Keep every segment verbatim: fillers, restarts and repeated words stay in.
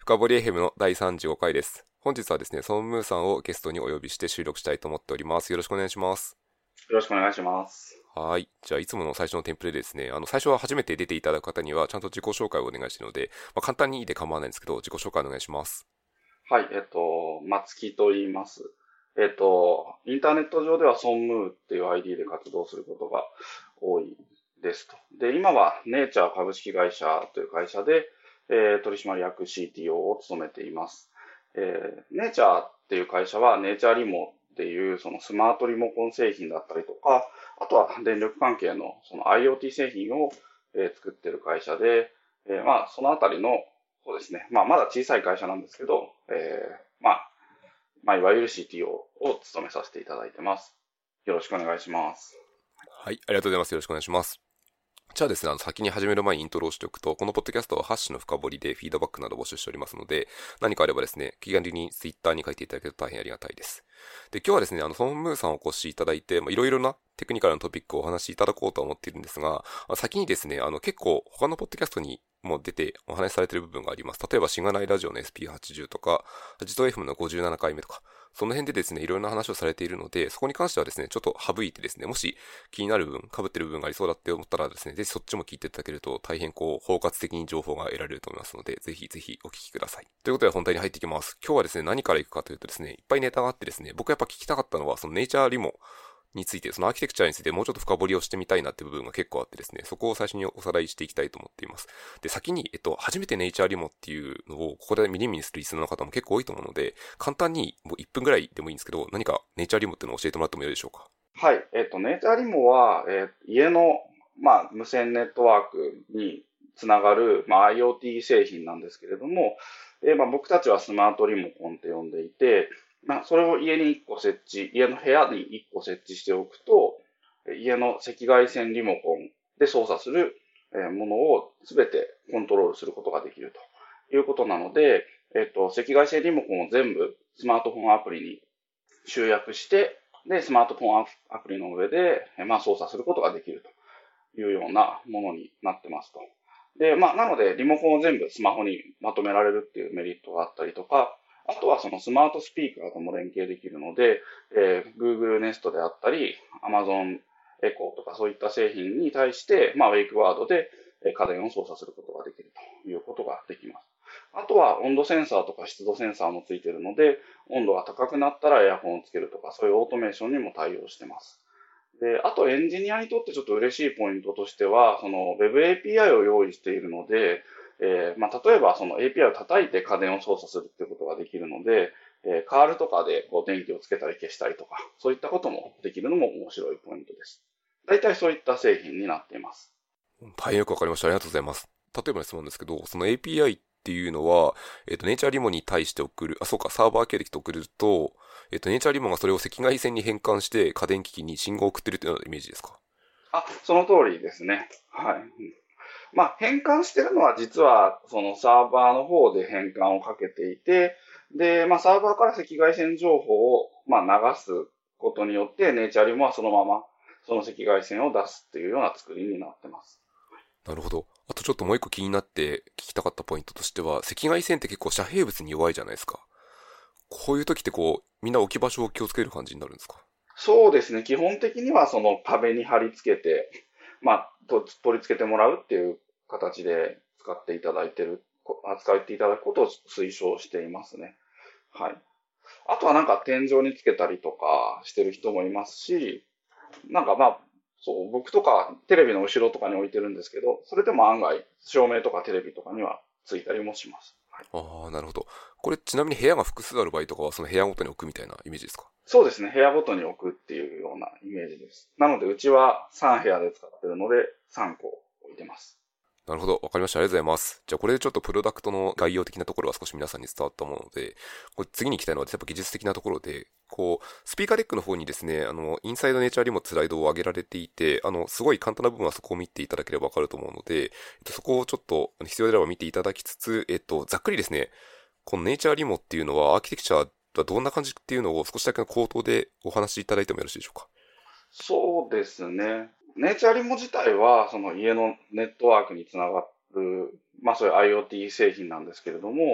深掘りエフエムのだいさんじゅうごかいです。本日はですね、ソンムーさんをゲストにお呼びして収録したいと思っております。よろしくお願いします。 よろしくお願いします。 はい。じゃあ、いつもの最初のテンプレでですね、あの、最初は初めて出ていただく方には、ちゃんと自己紹介をお願いしているので、まあ、簡単にいいで構わないんですけど、自己紹介お願いします。 はい、えっと、松木と言います。えっと、インターネット上ではソンムーっていう アイディー で活動することが多いですと。で、今はネイチャー株式会社という会社で、えー取締役 シーティーオー を務めています。えーネイチャーっていう会社はネイチャーリモっていうそのスマートリモコン製品だったりとか、あとは電力関係のその IoT 製品を、えー作っている会社で、えーまあ、そのあたりのそうですね。まあ、まだ小さい会社なんですけど、えー、まあ、まあ、いわゆる シーティーオー を務めさせていただいてます。よろしくお願いします。 はい。ありがとうございます。よろしくお願いします。じゃあですね、あの先に始める前にイントロをしておくと、このポッドキャストはハッシュの深掘りでフィードバックなど募集しておりますので、何かあればですね、気軽にツイッターに書いていただけると大変ありがたいです。で、今日はですね、あの、ソンムーさんをお越しいただいて、まあいろいろなテクニカルなトピックをお話しいただこうと思っているんですが、先にですね、あの、結構他のポッドキャストにも出てお話しされている部分があります。例えば、しがないラジオの エスピーはちじゅう とか、ジト エフエム のごじゅうななかいめとか、その辺でですね、いろいろな話をされているので、そこに関してはですね、ちょっと省いてですね、もし気になる部分、被ってる部分がありそうだって思ったらですね、ぜひそっちも聞いていただけると大変こう、包括的に情報が得られると思いますので、ぜひぜひお聞きください。ということで本題に入っていきます。今日はですね、何からいくかというとですね、いっぱいネタがあってですね、僕やっぱ聞きたかったのは、そのネイチャーリモについて、そのアーキテクチャについてもうちょっと深掘りをしてみたいなって部分が結構あってですね、そこを最初におさらいしていきたいと思っています。で、先に、えっと、初めてネイチャーリモっていうのをここでミニミニするリスナーの方も結構多いと思うので、簡単にもういっぷんぐらいでもいいんですけど、何かネイチャーリモっていうのを教えてもらってもよいでしょうか。 はい。えっと、ネイチャーリモは、えー家の、まあ、無線ネットワークにつながる、まあ、IoT 製品なんですけれども、えーまあ、僕たちはスマートリモコンって呼んでいて、まあ、それを家にいっこ設置、家の部屋にいっこ設置しておくと、家の赤外線リモコンで操作するえーものをすべてコントロールすることができるということなので、えっと、赤外線リモコンを全部スマートフォンアプリに集約して、で、スマートフォンアプリの上で、えーまあ、操作することができるというようなものになってますと。で、まあ、なので、リモコンを全部スマホにまとめられるっていうメリットがあったりとか、あとはそのスマートスピーカーとも連携できるので、えー Google Nest であったり、Amazon Echo とかそういった製品に対して、まあ、ウェイクワードでえー家電を操作することができるということができます。あとは温度センサーとか湿度センサーもついているので、温度が高くなったらエアコンをつけるとか、そういうオートメーションにも対応してます。で、あとエンジニアにとってちょっと嬉しいポイントとしては、その Web エーピーアイ を用意しているので、えーまあ、例えばその エーピーアイ を叩いて家電を操作するっていうことができるので、えーカールとかでこう電気をつけたり消したりとか、そういったこともできるのも面白いポイントです。大体そういった製品になっています。 大変よくわかりました。ありがとうございます。例えばの質問ですけど、その エーピーアイ っていうのは、えっと、ネイチャーリモに対して送る、あ、そうか、サーバー系で送ると、えっと、ネイチャーリモがそれを赤外線に変換して家電機器に信号を送ってるというようなイメージですか？ あ、その通りですね。はい。まあ、変換してるのは実は、そのサーバーの方で変換をかけていて、で、まあ、サーバーから赤外線情報を、まあ、流すことによって、ネイチャーリモはそのまま、その赤外線を出すっていうような作りになってます。 なるほど。あとちょっともう一個気になって聞きたかったポイントとしては、赤外線って結構遮蔽物に弱いじゃないですか。こういう時ってこう、みんな置き場所を気をつける感じになるんですか？ そうですね。基本的にはその壁に貼り付けて、まあ、と取り付けてもらうっていう形で使っていただいてる、こ扱っていただくことを推奨していますね。はい。あとはなんか天井につけたりとかしてる人もいますし、なんかまあ、そう、僕とかテレビの後ろとかに置いてるんですけど、それでも案外照明とかテレビとかにはついたりもします。はい、 ああ、なるほど。これちなみに部屋が複数ある場合とかはその部屋ごとに置くみたいなイメージですか？ そうですね。部屋ごとに置くっていうようなイメージです。なので、うちはさん部屋で使ってるので、さんこ置いてます。 なるほど。わかりました。ありがとうございます。じゃあこれでちょっとプロダクトの概要的なところは少し皆さんに伝わったもので、これ次に行きたいのはやっぱ技術的なところで、こう、スピーカーデックの方にですね、あの、インサイドネイチャーリモスライドを上げられていて、あの、すごい簡単な部分はそこを見ていただければわかると思うので、えっと、そこをちょっと必要であれば見ていただきつつ、えっと、ざっくりですね、このネイチャーリモっていうのはアーキテクチャはどんな感じっていうのを少しだけの口頭でお話しいただいてもよろしいでしょうか？ そうですね。ネイチャーリモ自体は、その家のネットワークにつながる、まあそういう IoT 製品なんですけれども、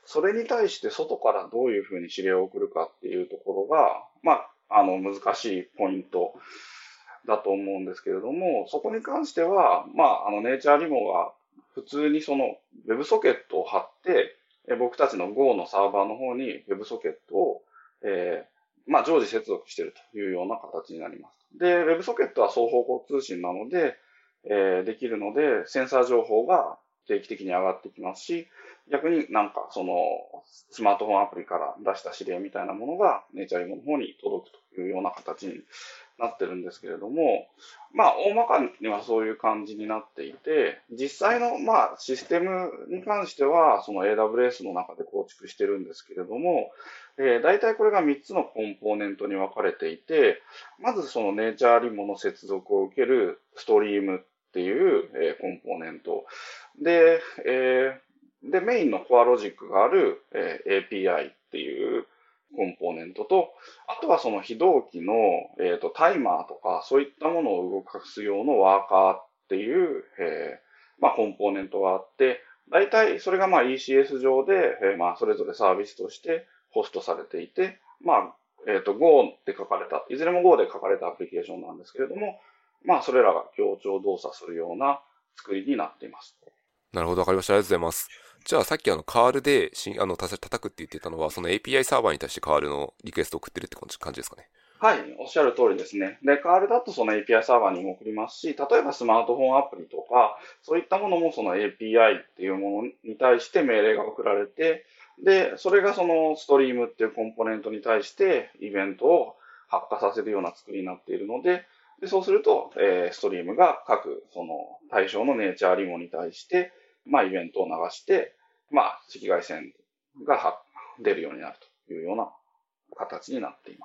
それに対して外からどういうふうに指令を送るかっていうところが、まあ、あの、難しいポイントだと思うんですけれども、そこに関しては、まあ、あの、ネイチャーリモが普通にその WebSocket を貼って、え僕たちの Go のサーバーの方に WebSocket を、えー、まあ、常時接続しているというような形になります。で、WebSocket は双方向通信なので、えー、できるので、センサー情報が定期的に上がってきますし、逆になんかそのスマートフォンアプリから出した指令みたいなものがネイチャーリモの方に届くというような形になってるんですけれども、まあ大まかにはそういう感じになっていて、実際のまあシステムに関してはその エーダブリューエス の中で構築してるんですけれども、えー、大体これがみっつのコンポーネントに分かれていて、まずそのネイチャーリモの接続を受けるストリームっていう、えー、コンポーネント。で、えー、で、メインのコアロジックがある、えー、エーピーアイ っていうコンポーネントと、あとはその非同期の、えーと、タイマーとか、そういったものを動かす用のワーカーっていう、えー、まあ、コンポーネントがあって、大体それがまあ イーシーエス 上で、えー、まあ、それぞれサービスとしてホストされていて、まあ、えっと、Go で書かれた、いずれも Go で書かれたアプリケーションなんですけれども、まあ、それらが協調動作するような作りになっています。 なるほど、わかりました。ありがとうございます。じゃあさっきあのカールでしあのた叩くって言ってたのは、その エーピーアイ サーバーに対してカールのリクエストを送ってるって感じですかね。 はい、おっしゃる通りですね。で、カールだとその エーピーアイ サーバーにも送りますし、例えばスマートフォンアプリとか、そういったものもその エーピーアイ っていうものに対して命令が送られて、で、それがそのストリームっていうコンポーネントに対してイベントを発火させるような作りになっているので、でそうすると、えー、ストリームが各その対象のネイチャーリモに対して、まあイベントを流して、まあ赤外線が出るようになるというような形になっています。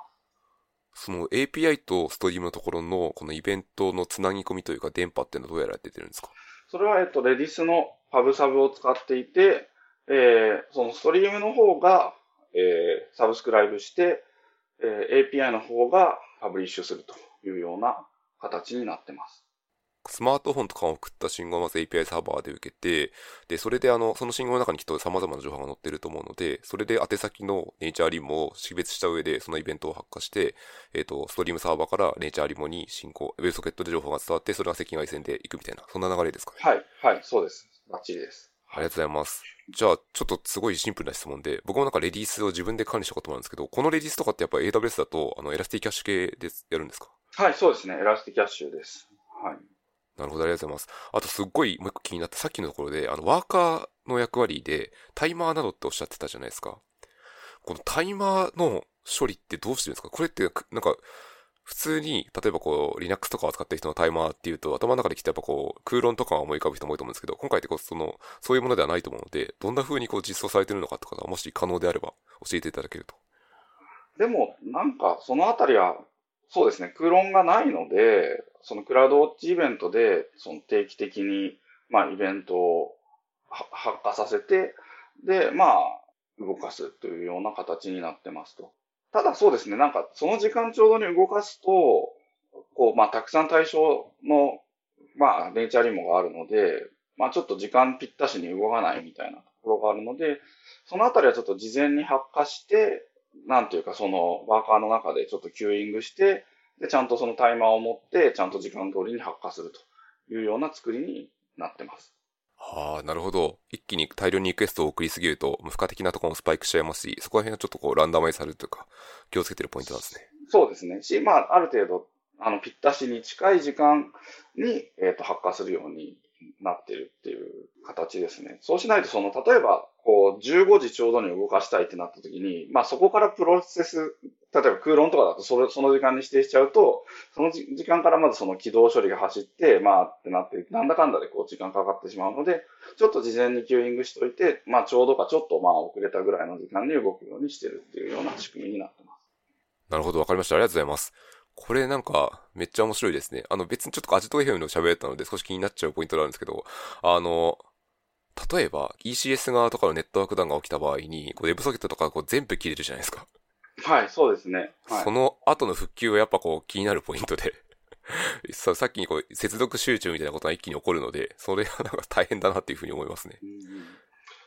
その エーピーアイ とストリームのところのこのイベントのつなぎ込みというか電波っていうのはどうやら出てるんですか？ それは、えっと、レディスのパブサブを使っていて、えー、そのストリームの方が、えー、サブスクライブして、えー、エーピーアイ の方がパブリッシュするというような形になってます。 スマートフォンとかを送った信号をまず エーピーアイ サーバーで受けて、で、それであの、その信号の中にきっと様々な情報が載ってると思うので、それで宛先のネイチャーリモを識別した上で、そのイベントを発火して、えっと、ストリームサーバーからネイチャーリモに進行、ウェブソケットで情報が伝わって、それが赤外線で行くみたいな、そんな流れですかね。 はい、はい、そうです。バッチリです。 ありがとうございます。じゃあ、ちょっとすごいシンプルな質問で、僕もなんかレディースを自分で管理したこともあるんですけど、このレディースとかってやっぱ エーダブリューエス だと、あの、エラスティキャッシュ系でやるんですか？ はい、そうですね。エラスティキャッシュです。はい。 なるほど、ありがとうございます。あとすっごいもう一個気になったさっきのところで、あの、ワーカーの役割でタイマーなどっておっしゃってたじゃないですか。このタイマーの処理ってどうしてるんですか？これってなんか、普通に、例えばこう、Linux とかを使ってる人のタイマーっていうと、頭の中できてやっぱこう、空論とかを思い浮かぶ人も多いと思うんですけど、今回ってこう、その、そういうものではないと思うので、どんな風にこう実装されてるのかとかが、もし可能であれば教えていただけると。 でも、なんか、そのあたりは、そうですね、空論がないので、そのクラウドウォッチイベントで、その定期的に、まあ、イベントを発火させて、で、まあ、動かすというような形になってますと。ただそうですね、なんか、その時間ちょうどに動かすと、こう、まあ、たくさん対象の、まあ、ネイチャーリモがあるので、まあ、ちょっと時間ぴったしに動かないみたいなところがあるので、そのあたりはちょっと事前に発火して、なんていうか、そのワーカーの中でちょっとキューイングして、で、ちゃんとそのタイマーを持って、ちゃんと時間通りに発火するというような作りになってます。 はあ、なるほど。一気に大量にリクエストを送りすぎると、無負荷的なところもスパイクしちゃいますし、そこら辺はちょっとこう、ランダマイズされるというか、気をつけてるポイントなんですね。 そうですね。し、まあ、ある程度、あの、ぴったしに近い時間に、えっと、発火するようになってるっていう形ですね。そうしないと、その、例えば、こう、じゅうごじちょうどに動かしたいってなった時に、まあ、そこからプロセス、例えば空論とかだと、それ、その時間に指定しちゃうと、その時間からまずその起動処理が走って、まあ、ってなって、なんだかんだでこう、時間かかってしまうので、ちょっと事前にキューイングしといて、まあ、ちょうどかちょっとまあ、遅れたぐらいの時間に動くようにしてるっていうような仕組みになってます。 なるほど、わかりました。ありがとうございます。これなんか、めっちゃ面白いですね。あの別にちょっとアジト エフエム の喋ったので少し気になっちゃうポイントなんですけど、あの、例えば イーシーエス 側とかのネットワークダウンが起きた場合に、こう WebSocket とかこう全部切れるじゃないですか。 はい、そうですね。はい、 その後の復旧はやっぱこう気になるポイントでさ、さっきにこう接続集中みたいなことが一気に起こるので、それはなんか大変だなっていうふうに思いますね。 うん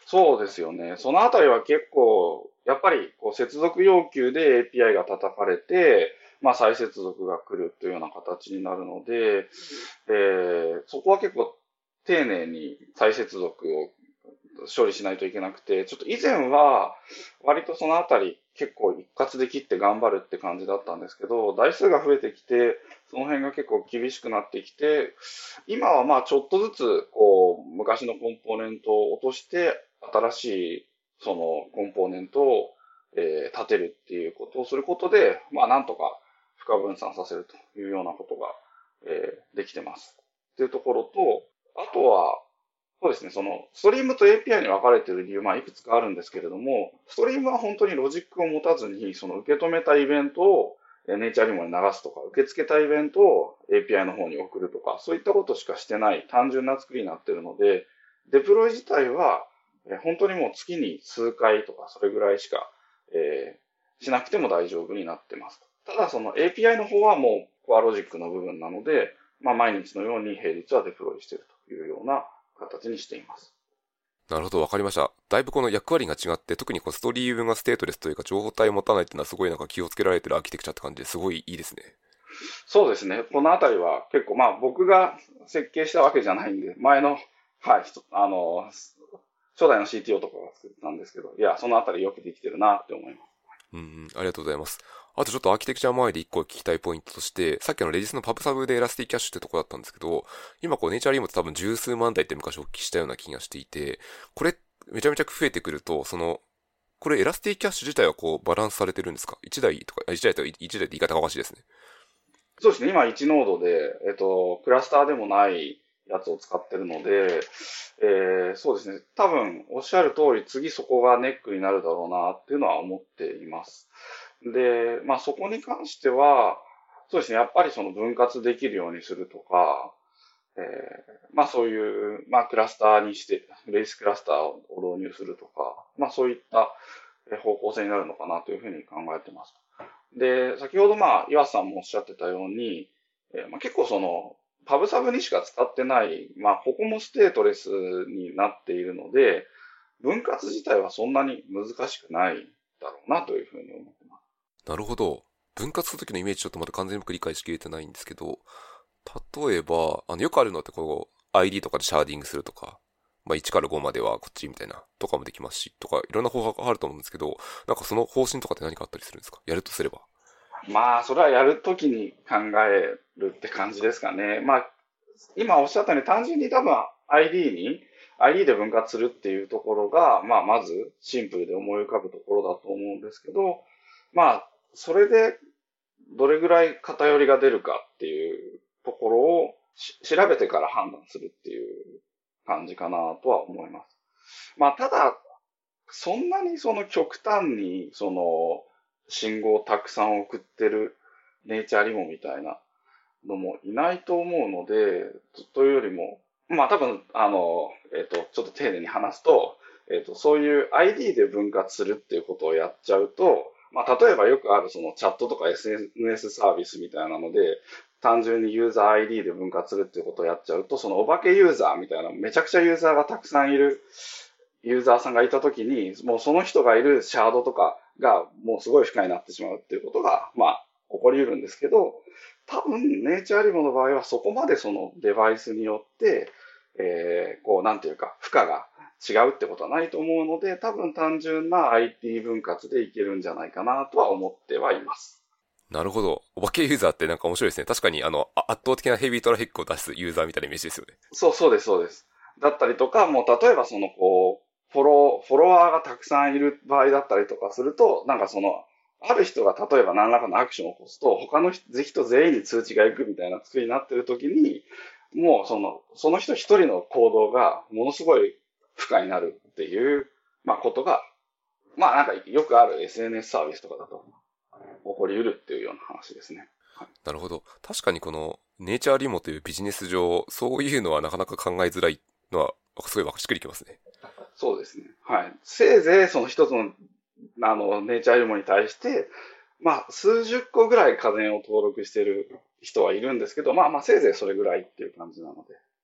そうですよね。そのあたりは結構、やっぱりこう接続要求で エーピーアイ が叩かれて、まあ再接続が来るというような形になるので、えーそこは結構丁寧に再接続を処理しないといけなくて、ちょっと以前は割とそのあたり結構一括で切って頑張るって感じだったんですけど、台数が増えてきて、その辺が結構厳しくなってきて、今はまあちょっとずつこう昔のコンポーネントを落として新しいそのコンポーネントを、えー立てるっていうことをすることで、まあなんとか負荷分散させるというようなことが、えーできてます。っていうところと、あとはそうですね。その、ストリームと エーピーアイ に分かれている理由、まあ、いくつかあるんですけれども、ストリームは本当にロジックを持たずに、その受け止めたイベントをえーネイチャーリモに流すとか、受け付けたイベントを エーピーアイ の方に送るとか、そういったことしかしてない単純な作りになっているので、デプロイ自体は、えー本当にもう月に数回とか、それぐらいしか、えーしなくても大丈夫になってます。ただ、その エーピーアイ の方はもうコアロジックの部分なので、まあ、毎日のように平日はデプロイしているというような形にしています。 なるほど、わかりました。だいぶこの役割が違って、特にこのストリームがステートレスというか情報体を持たないっていうのはすごいなんか気をつけられてるアーキテクチャって感じですごいいいですね。 そうですね。このあたりは結構、まあ僕が設計したわけじゃないんで、前の、はい、ひとあの、初代の シーティーオー とかが作ったんですけど、いや、そのあたりよくできてるなって思います。 うんうん、ありがとうございます。あとちょっとアーキテクチャ周りで一個聞きたいポイントとして、さっきのレディスのパブサブでエラスティキャッシュってとこだったんですけど、今こうネイチャーリーモって多分十数万台って昔お聞きしたような気がしていて、これめちゃめちゃ増えてくると、その、これエラスティキャッシュ自体はこうバランスされてるんですか？ いち 台とか、あいち台とかいち台って言い方がおかしいですね。 そうですね。今いちノードで、えっと、クラスターでもないやつを使ってるので、えー、そうですね。多分、おっしゃる通り、次そこがネックになるだろうなっていうのは思っています。で、まあそこに関しては、そうですね。やっぱりその分割できるようにするとか、えー、まあそういう、まあクラスターにして、レースクラスターを導入するとか、まあそういった方向性になるのかなというふうに考えてます。で、先ほどまあ岩瀬さんもおっしゃってたように、えーまあ、結構その、パブサブにしか使ってない、まあここもステートレスになっているので、分割自体はそんなに難しくないだろうなというふうに思ってます。 なるほど。分割するときのイメージちょっとまだ完全に僕理解しきれてないんですけど、例えば、あの、よくあるのってこう、アイディー とかでシャーディングするとか、まあ、いちからごまではこっちみたいな、とかもできますし、とか、いろんな方法があると思うんですけど、なんかその方針とかって何かあったりするんですか？やるとすれば。 まあ、それはやるときに考えるって感じですかね。まあ、今おっしゃったように単純に多分 アイディー に、アイディー で分割するっていうところが、まあ、まずシンプルで思い浮かぶところだと思うんですけど、まあ、それでどれぐらい偏りが出るかっていうところを調べてから判断するっていう感じかなとは思います。まあ、ただ、そんなにその極端に、その、信号をたくさん送ってるネイチャーリモみたいなのもいないと思うので、というよりも、まあ多分、あの、えっと、ちょっと丁寧に話すと、えっと、そういう アイディー で分割するっていうことをやっちゃうと、まあ例えばよくあるそのチャットとか エスエヌエス サービスみたいなので、単純にユーザー アイディー で分割するっていうことをやっちゃうと、そのお化けユーザーみたいな、めちゃくちゃユーザーがたくさんいるユーザーさんがいたときに、もうその人がいるシャードとかがもうすごい負荷になってしまうっていうことが、まあ、起こり得るんですけど、多分、ネイチャーリモの場合はそこまでそのデバイスによって、えー、こう、なんていうか、負荷が違うってことはないと思うので、多分単純な アイティー 分割でいけるんじゃないかなとは思ってはいます。 なるほど。お化けユーザーってなんか面白いですね。確かにあの、あ圧倒的なヘビートラフィックを出すユーザーみたいなイメージですよね。 そう、そうです、そうです。だったりとか、もう例えばその、こう、フォロー、フォロワーがたくさんいる場合だったりとかすると、なんかその、ある人が例えば何らかのアクションを起こすと、他の人全員に通知が行くみたいな作りになっているときに、もうその、その人一人の行動がものすごい負荷になるっていう、まあことが、まあなんかよくある エスエヌエス サービスとかだと起こり得るっていうような話ですね。 なるほど。確かにこの、ネイチャーリモというビジネス上、そういうのはなかなか考えづらいのは、すごいわかしっくりきますね。 そうですね。はい。せいぜいその一つの、あの、ネイチャーリモに対して、まあ、数十個ぐらい家電を登録している人はいるんですけど、まあまあ、せいぜいそれぐらいっていう感じなので。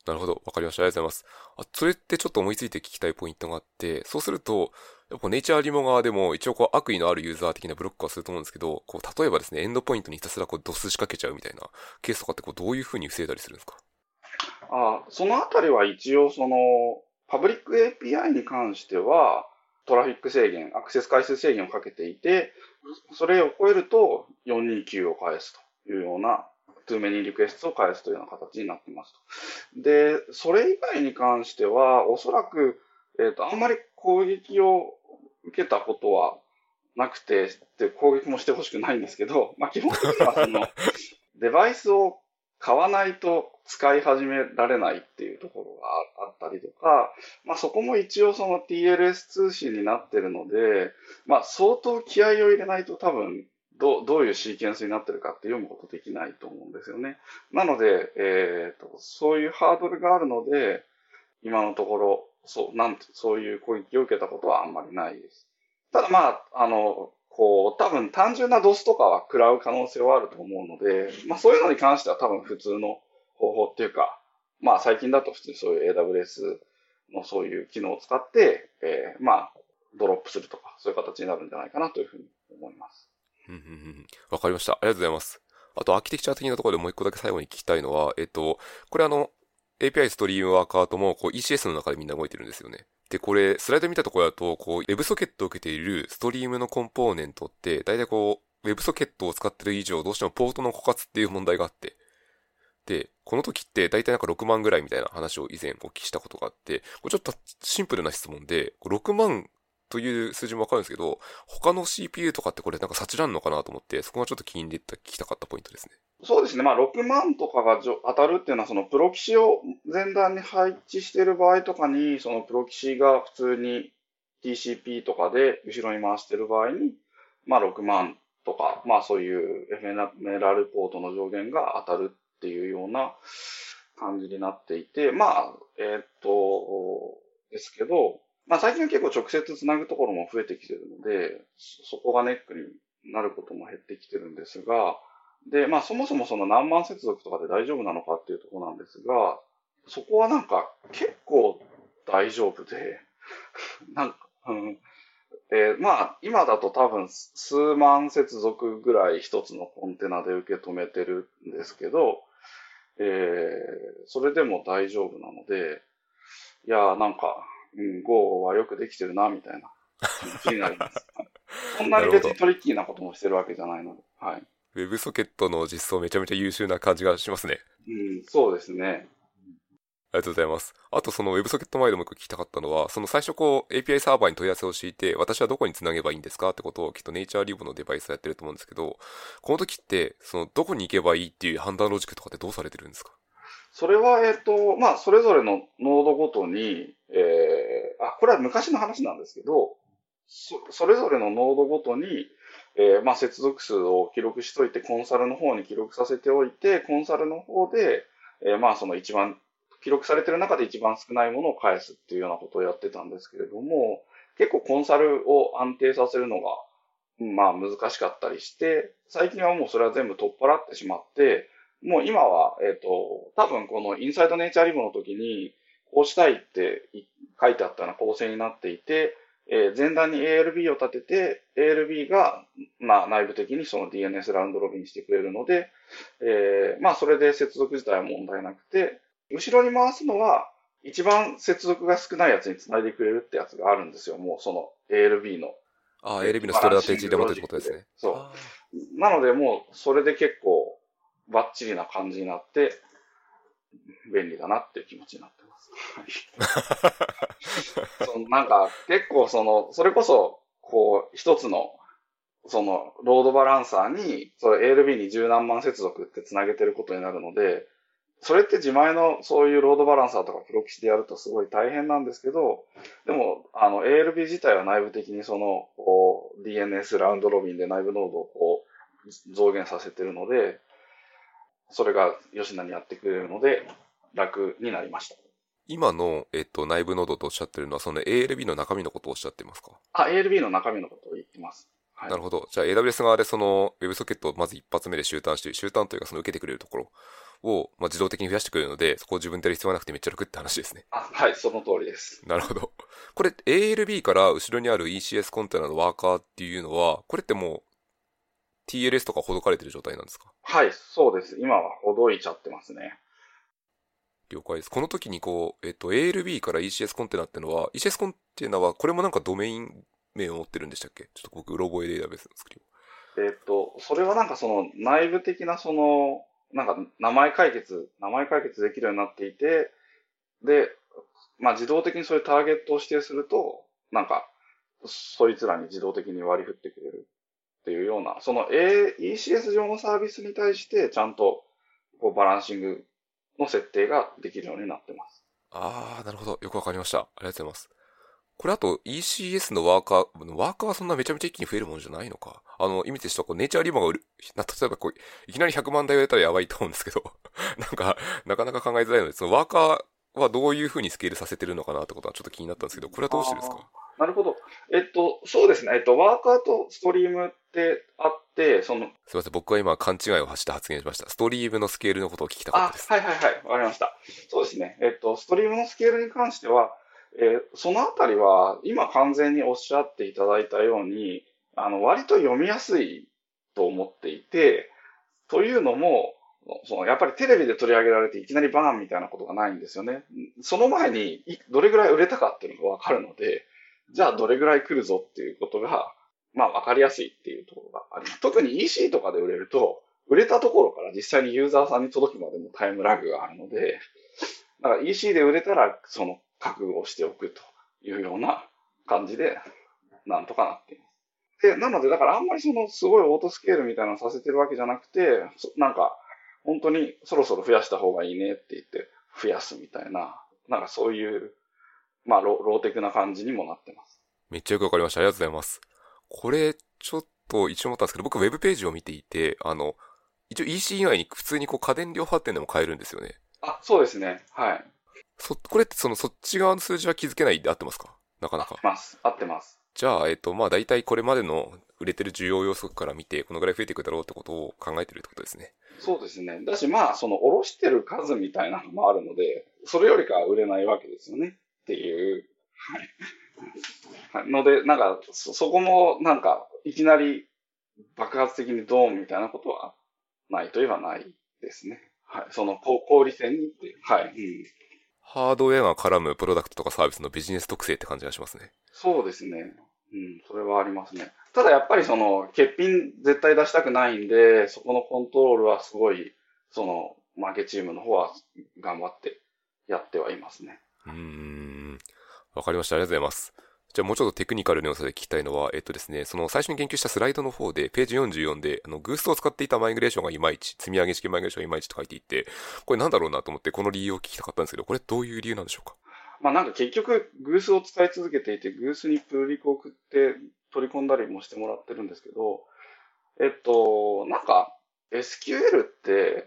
なるほど。わかりました。ありがとうございます。あ、それってちょっと思いついて聞きたいポイントがあって、そうすると、やっぱネイチャーリモ側でも一応こう悪意のあるユーザー的なブロックはすると思うんですけど、こう例えばですね、エンドポイントにひたすらこうドス仕掛けちゃうみたいなケースとかってこうどういう風に防いだりするんですか？ あ、そのあたりは一応その、パブリック エーピーアイ に関しては、トラフィック制限、アクセス回数制限をかけていて、それを超えるとよんにーきゅうを返すというような、too many requests を返すというような形になっていますと。で、それ以外に関しては、おそらく、えっと、あんまり攻撃を受けたことはなくて、で攻撃もしてほしくないんですけど、まあ基本的にはその、デバイスを買わないと使い始められないっていうところがあったりとか、まあそこも一応その ティーエルエス 通信になってるので、まあ相当気合を入れないと多分どう、どういうシーケンスになってるかって読むことできないと思うんですよね。なので、えっと、そういうハードルがあるので、今のところ、そう、なんて、そういう攻撃を受けたことはあんまりないです。ただまあ、あの、こう、多分単純な ドス とかは食らう可能性はあると思うので、まあそういうのに関しては多分普通の方法っていうか、まあ最近だと普通にそういう エーダブリューエス のそういう機能を使って、えー、まあ、ドロップするとか、そういう形になるんじゃないかなというふうに思います。 うんうんうん。わかりました。ありがとうございます。あと、アーキテクチャ的なところでもう一個だけ最後に聞きたいのは、えっと、これあの、エーピーアイ ストリームワーカーとも、こう イーシーエス の中でみんな動いてるんですよね。で、これ、スライド見たところだと、こう、WebSocket を受けているストリームのコンポーネントって、だいたいこう、WebSocket を使ってる以上、どうしてもポートの枯渇っていう問題があって、で、この時って大体なんかろくまんぐらいみたいな話を以前お聞きしたことがあって、これちょっとシンプルな質問で、ろくまんという数字もわかるんですけど、他の シーピーユー とかってこれなんか察知らんのかなと思って、そこがちょっと気に入った聞きたかったポイントですね。 そうですね。まあ、ろくまんとかがじょ当たるっていうのは、そのプロキシを前段に配置している場合とかに、そのプロキシが普通に ティーシーピー とかで後ろに回している場合に、まあ、ろくまんとか、まあ、そういうエフエムエルアール ポートの上限が当たるっていうような感じになっていて、まあ、えーっと、ですけど、まあ、最近は結構直接つなぐところも増えてきてるので、そこがネックになることも減ってきてるんですが、で、まあそもそもその何万接続とかで大丈夫なのかっていうところなんですが、そこはなんか結構大丈夫で、なんか、うん、えーまあ今だと多分数万接続ぐらい一つのコンテナで受け止めてるんですけど、えーそれでも大丈夫なので、いやーなんか、うん、Go はよくできてるなみたいな気持ちになります。そんなになるほど。 別にトリッキーなこともしてるわけじゃないので、はい。 WebSocket の実装めちゃめちゃ優秀な感じがしますね。 うん、そうですね。 ありがとうございます。あとその WebSocket 前でもう一個聞きたかったのは、その最初こう エーピーアイ サーバーに問い合わせをしていて、私はどこにつなげばいいんですかってことをきっと NatureLib のデバイスをやってると思うんですけど、この時って、そのどこに行けばいいっていう判断ロジックとかってどうされてるんですか？ それは、えっと、まあ、それぞれのノードごとに、えー、あ、これは昔の話なんですけど、そ、それぞれのノードごとに、えー、まあ、接続数を記録しといて、コンサルの方に記録させておいて、コンサルの方で、えー、まあ、その一番、記録されてる中で一番少ないものを返すっていうようなことをやってたんですけれども、結構コンサルを安定させるのが、まあ難しかったりして、最近はもうそれは全部取っ払ってしまって、もう今は、えっと、多分このインサイドネイチャーリブの時に、こうしたいって書いてあったような構成になっていて、えー前段に エーエルビー を立てて、エーエルビー が、まあ、内部的にその ディーエヌエス ラウンドロビンしてくれるので、えーまあ、それで接続自体は問題なくて、後ろに回すのは、一番接続が少ないやつにつないでくれるってやつがあるんですよ。もうその エーエルビー のああ、 えエーエルビー のストレートバランシンエイチグロで持ってるっジックで。 てことですね。 そあう。なのでもう、それで結構、バッチリな感じになって、便利だなっていう気持ちになってます。そのなんか、結構その、それこそ、こう、一つの、その、ロードバランサーに、それ エーエルビー に十何万接続って繋げてることになるので、それって自前のそういうロードバランサーとか記録してやるとすごい大変なんですけど、でも、あの、エーエルビー 自体は内部的にその、こう、ディーエヌエス ラウンドロビンで内部ノードをこう、増減させてるので、それが吉田にやってくれるので、楽になりました。 今の、えっと、内部ノードとおっしゃってるのは、その エーエルビー の中身のことをおっしゃってますか？ あ、エーエルビー の中身のことを言ってます。はい。 なるほど。じゃあ エーダブリューエス 側でその WebSocket をまず一発目で集端して、集端というかその受けてくれるところを、まあ、自動的に増やしてくれるので、そこを自分でやる必要がなくてめっちゃ楽って話ですね。 あ、はい、その通りです。 なるほど。これ エーエルビー から後ろにある イーシーエス コンテナのワーカーっていうのは、これってもう ティーエルエス とかほどかれてる状態なんですか？ はい、そうです。今はほどいちゃってますね。 了解です。この時にこう、えっと、エーエルビー から イーシーエス コンテナってのは、イーシーエス コンテナはこれもなんかドメイン名を持ってるんでしたっけ？ちょっと僕、うろ覚えデータベースの作りを。 えっと、それはなんかその内部的なその、なんか名前解決、名前解決できるようになっていて、で、まあ自動的にそういうターゲットを指定すると、なんか、そいつらに自動的に割り振ってくれるっていうような、その A、イーシーエス 上のサービスに対してちゃんとこうバランシングの設定ができるようになってます。 あー、なるほど。よくわかりました。ありがとうございます。これあと イーシーエス のワーカー、ワーカーはそんなめちゃめちゃ一気に増えるものじゃないのか。あの、意味としてはこうネイチャーリバーが売る、な例えばこう、いきなりひゃくまん台売れたらやばいと思うんですけど、なんか、なかなか考えづらいので、そのワーカーはどういう風にスケールさせてるのかなってことはちょっと気になったんですけど、これはどうしてですあか？ あ、なるほど。えっと、そうですね。えっと、ワーカーとストリームってあって、その、 すいません、僕は今勘違いを発して発言しました。ストリームのスケールのことを聞きたかったあ、 です。 はいはいはい、わかりました。そうですね。えっと、ストリームのスケールに関しては、えーそのあたりは、今完全におっしゃっていただいたように、あの、割と読みやすいと思っていて、というのも、そのやっぱりテレビで取り上げられていきなりバーンみたいなことがないんですよね。その前にいどれぐらい売れたかっていうのがわかるので、じゃあどれぐらい来るぞっていうことが、まあわかりやすいっていうところがあります。特に イーシー とかで売れると、売れたところから実際にユーザーさんに届くまでのタイムラグがあるので、だから イーシー で売れたらその覚悟をしておくというような感じで、なんとかなっています。で、なので、だからあんまりそのすごいオートスケールみたいなのをさせてるわけじゃなくて、なんか、本当にそろそろ増やした方がいいねって言って増やすみたいな、なんかそういう、まあロ、ローテクな感じにもなってます。 めっちゃよくわかりました。ありがとうございます。これ、ちょっと一応思ったんですけど、僕ウェブページを見ていて、あの、一応 イーシー 以外に普通にこう家電量販店でも買えるんですよね。 あ、そうですね。はい。 そ、これってそのそっち側の数字は気づけないで合ってますか？なかなか。 合ってます。合ってます。 じゃあ、えっと、まあ大体これまでの売れてる需要予測から見て、このぐらい増えていくだろうってことを考えてるってことですね。 そうですね。だし、まあ、その、おろしてる数みたいなのもあるので、それよりかは売れないわけですよね。っていう。はい。はいので、なんか、そ、そこも、なんか、いきなり爆発的にドーンみたいなことはないといえばないですね。はい。その、こう小売線にっていう。はい。うん。 ハードウェアが絡むプロダクトとかサービスのビジネス特性って感じがしますね。 そうですね。うん、それはありますね。ただやっぱりその、欠品絶対出したくないんで、そこのコントロールはすごい、その、マーケチームの方は頑張ってやってはいますね。 うーん。わかりました。ありがとうございます。じゃあもうちょっとテクニカルな要素で聞きたいのは、えっとですね、その最初に言及したスライドの方で、ページよんじゅうよんで、あの、グーストを使っていたマイグレーションがいまいち、積み上げ式マイグレーションがいまいちと書いていて、これなんだろうなと思って、この理由を聞きたかったんですけど、これどういう理由なんでしょうか？ まあなんか結局、グースを使い続けていて、グースにプルリクを送って取り込んだりもしてもらってるんですけど、えっと、なんか エスキューエル って、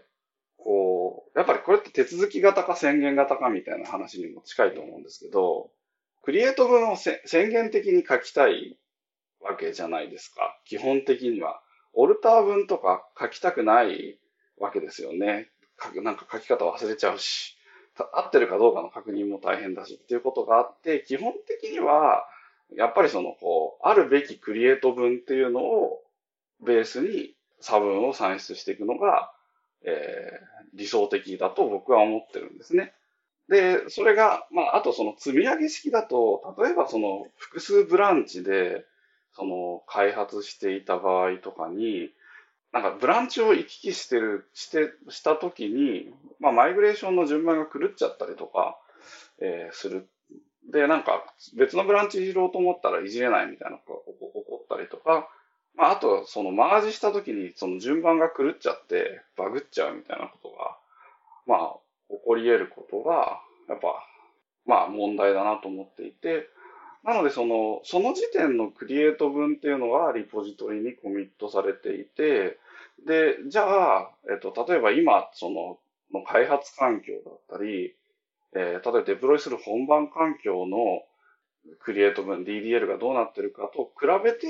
こう、やっぱりこれって手続き型か宣言型かみたいな話にも近いと思うんですけど、クリエイト文をせ宣言的に書きたいわけじゃないですか。基本的には。オルター文とか書きたくないわけですよね。書くなんか書き方忘れちゃうし、た合ってるかどうかの確認も大変だしっていうことがあって、基本的には、やっぱりその、こう、あるべきクリエイト文っていうのをベースに差分を算出していくのが、えー理想的だと僕は思ってるんですね。で、それが、まあ、あとその積み上げ式だと、例えばその複数ブランチで、その開発していた場合とかに、なんかブランチを行き来してる、して、したときに、まあマイグレーションの順番が狂っちゃったりとか、えーする。で、なんか別のブランチいじろうと思ったらいじれないみたいなのが起こ起こったりとか、まああとそのマージしたときにその順番が狂っちゃってバグっちゃうみたいなことが、まあ起こり得ることが、やっぱ、まあ問題だなと思っていて、なので、その、その時点のクリエイト文っていうのがリポジトリにコミットされていて、で、じゃあ、えっと、例えば今、その、の開発環境だったり、えー例えばデプロイする本番環境のクリエイト文、ディーディーエル がどうなってるかと比べて、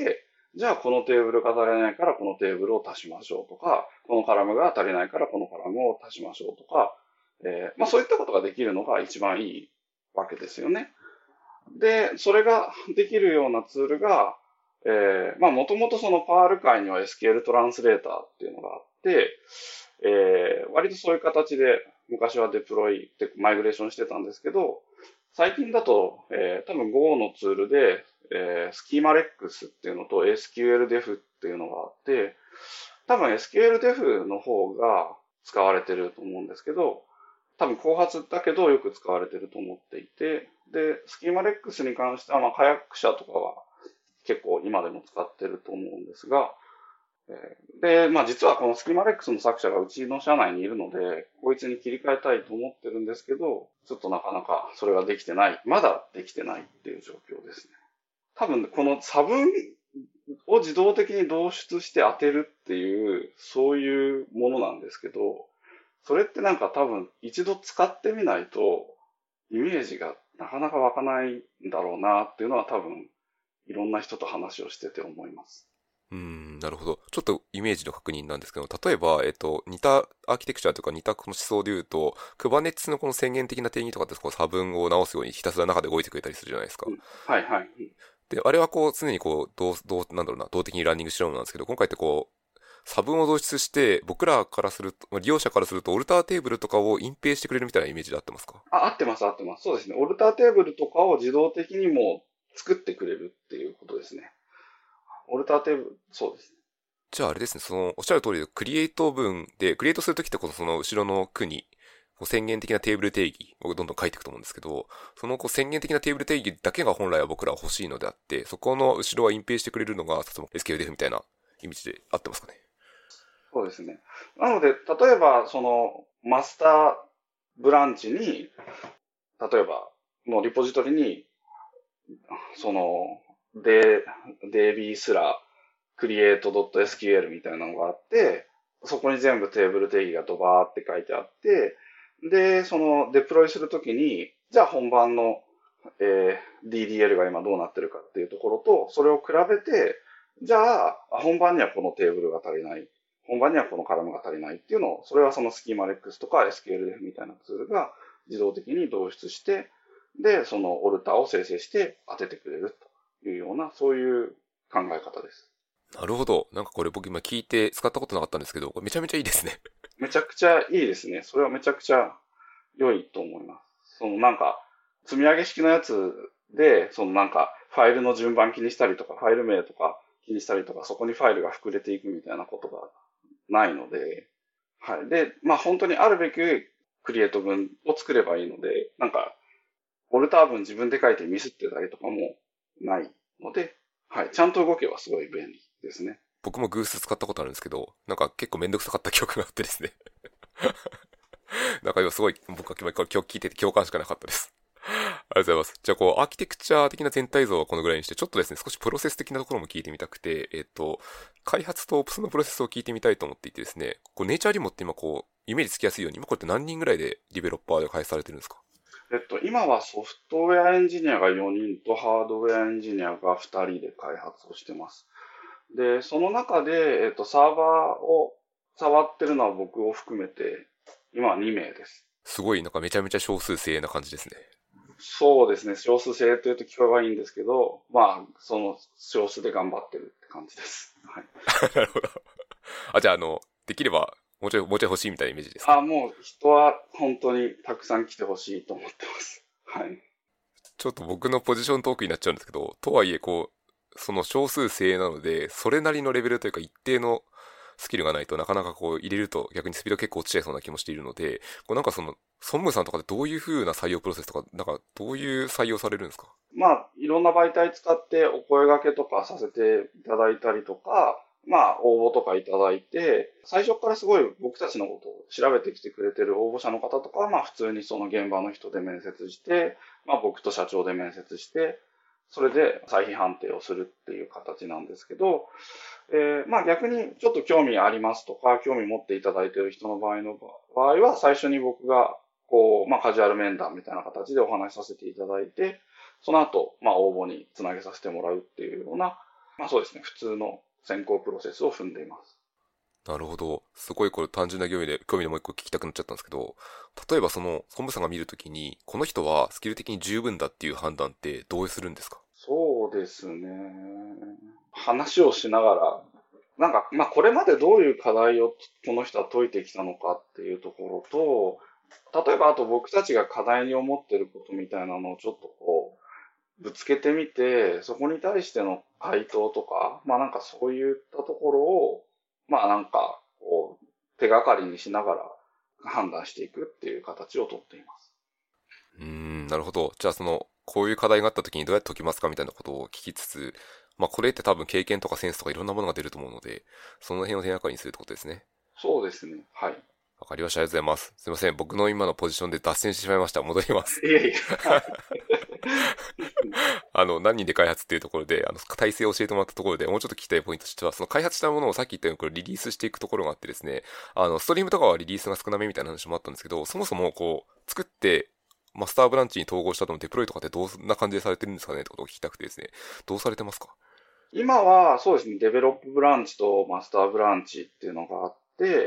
じゃあこのテーブルが足りないからこのテーブルを足しましょうとか、このカラムが足りないからこのカラムを足しましょうとか、えー、まあそういったことができるのが一番いいわけですよね。で、それができるようなツールが、えー、まあもともとそのパール界には エスキューエル トランスレーターっていうのがあって、えー、割とそういう形で昔はデプロイ、マイグレーションしてたんですけど、最近だと、えー、多分 Go のツールで、えー、スキーマレックスっていうのと エスキューエルデフ っていうのがあって、多分 エスキューエルデフ の方が使われてると思うんですけど、多分後発だけどよく使われてると思っていて、で、スキーマレックスに関しては、まあ、カヤック社とかは結構今でも使ってると思うんですが、で、まあ実はこのスキーマレックスの作者がうちの社内にいるので、こいつに切り替えたいと思ってるんですけど、ちょっとなかなかそれができてない。まだできてないっていう状況ですね。多分この差分を自動的に導出して当てるっていう、そういうものなんですけど、それってなんか多分一度使ってみないと、イメージがなかなか湧かないんだろうなっていうのは多分、いろんな人と話をしてて思います。 うーん、なるほど。ちょっとイメージの確認なんですけど、例えば、えっと、似たアーキテクチャとか似たこの思想で言うと、Kubernetes のこの宣言的な定義とかってこう差分を直すようにひたすら中で動いてくれたりするじゃないですか。 うん、はいはい。 で、あれはこう常にこう、どう、どう、なんだろうな、動的にランニングしろなんですけど、今回ってこう、差分を導出して、僕らからすると、利用者からすると、オルターテーブルとかを隠蔽してくれるみたいなイメージで合ってますか？ あ、合ってます、合ってます。そうですね。オルターテーブルとかを自動的にも作ってくれるっていうことですね。オルターテーブル、そうですね。 じゃああれですね、その、おっしゃる通りで、クリエイト文で、クリエイトするときってこそその後ろの句に、こう宣言的なテーブル定義をどんどん書いていくと思うんですけど、そのこう宣言的なテーブル定義だけが本来は僕らは欲しいのであって、そこの後ろは隠蔽してくれるのが、その エスキューエルデフ みたいなイメージで合ってますかね。 そうですね。なので、例えば、その、マスターブランチに、例えば、のリポジトリに、その、デ、デービー すら、create.sql みたいなのがあって、そこに全部テーブル定義がドバーって書いてあって、で、そのデプロイするときに、じゃあ本番の、えー、ディーディーエル が今どうなってるかっていうところと、それを比べて、じゃあ本番にはこのテーブルが足りない。本番にはこのカラムが足りないっていうのを、それはそのスキーマレックスとか エスキューエルデフ みたいなツールが自動的に導出して、で、そのオルタを生成して当ててくれるというような、そういう考え方です。 なるほど。なんかこれ僕今聞いて使ったことなかったんですけど、これめちゃめちゃいいですね。 めちゃくちゃいいですね。それはめちゃくちゃ良いと思います。そのなんか、積み上げ式のやつで、そのなんか、ファイルの順番気にしたりとか、ファイル名とか気にしたりとか、そこにファイルが膨れていくみたいなことがないので、はい。で、まあ本当にあるべきクリエイト文を作ればいいので、なんか、オルター文自分で書いてミスってたりとかもないので、はい。ちゃんと動けばすごい便利ですね。 僕もグース使ったことあるんですけど、なんか結構めんどくさかった記憶があってですね。なんか今すごい、僕は今日聞いてて共感しかなかったです。ありがとうございます。じゃあこう、アーキテクチャ的な全体像はこのぐらいにして、ちょっとですね、少しプロセス的なところも聞いてみたくて、えっと、開発とオプスのプロセスを聞いてみたいと思っていてですね、こう、ネイチャーリモって今こう、イメージつきやすいように、今これって何人ぐらいでディベロッパーで開発されてるんですか？ えっと、今はソフトウェアエンジニアがよにんとハードウェアエンジニアがふたりで開発をしてます。で、その中で、えっと、サーバーを触ってるのは僕を含めて、今はにめいです。 すごい、なんかめちゃめちゃ少数精鋭な感じですね。 そうですね。少数制というと聞こえはいいんですけど、まあ、その少数で頑張ってるって感じです。はい。 なるほど。あ、じゃあ、あの、できれば、もうちょい、もうちょい欲しいみたいなイメージですか？ あ、もう人は本当にたくさん来てほしいと思ってます。はい。 ちょっと僕のポジショントークになっちゃうんですけど、とはいえ、こう、その少数精鋭なので、それなりのレベルというか一定のスキルがないとなかなかこう入れると逆にスピード結構落ちちゃいそうな気もしているので、こうなんかその、ソンムさんとかでどういう風な採用プロセスとか、なんかどういう採用されるんですか？ まあ、いろんな媒体使ってお声掛けとかさせていただいたりとか、まあ、応募とかいただいて、最初からすごい僕たちのことを調べてきてくれてる応募者の方とかは、まあ、普通にその現場の人で面接して、まあ、僕と社長で面接して、それで再批判定をするっていう形なんですけど、えー、まあ逆にちょっと興味ありますとか、興味持っていただいている人の場合の場合は、最初に僕が、こう、まあカジュアル面談みたいな形でお話しさせていただいて、その後、まあ応募につなげさせてもらうっていうような、 まあそうですね、普通の選考プロセスを踏んでいます。 なるほど。すごいこれ単純な興味で、興味でもう一個聞きたくなっちゃったんですけど、例えばその、本部さんが見るときに、この人はスキル的に十分だっていう判断ってどうするんですか？ そうですね。話をしながら、なんか、まあこれまでどういう課題をこの人は解いてきたのかっていうところと、例えばあと僕たちが課題に思ってることみたいなのをちょっとこう、ぶつけてみて、そこに対しての回答とか、まあなんかそういったところを、まあなんか、こう、手がかりにしながら判断していくっていう形をとっています。 うーん、なるほど。じゃあその、こういう課題があった時にどうやって解きますかみたいなことを聞きつつ、まあこれって多分経験とかセンスとかいろんなものが出ると思うので、その辺を手がかりにするってことですね。 そうですね。はい。 わかりました。ありがとうございます。すいません。僕の今のポジションで脱線してしまいました。戻ります。 いえいえ。 あの、何人で開発っていうところで、あの、体制を教えてもらったところで、もうちょっと聞きたいポイントとしては、その開発したものをさっき言ったようにこれリリースしていくところがあってですね、あの、ストリームとかはリリースが少なめみたいな話もあったんですけど、そもそもこう、作って、マスターブランチに統合した後のデプロイとかってどんな感じでされてるんですかねってことを聞きたくてですね、どうされてますか？ 今はそうですね、デベロップブランチとマスターブランチっていうのがあって、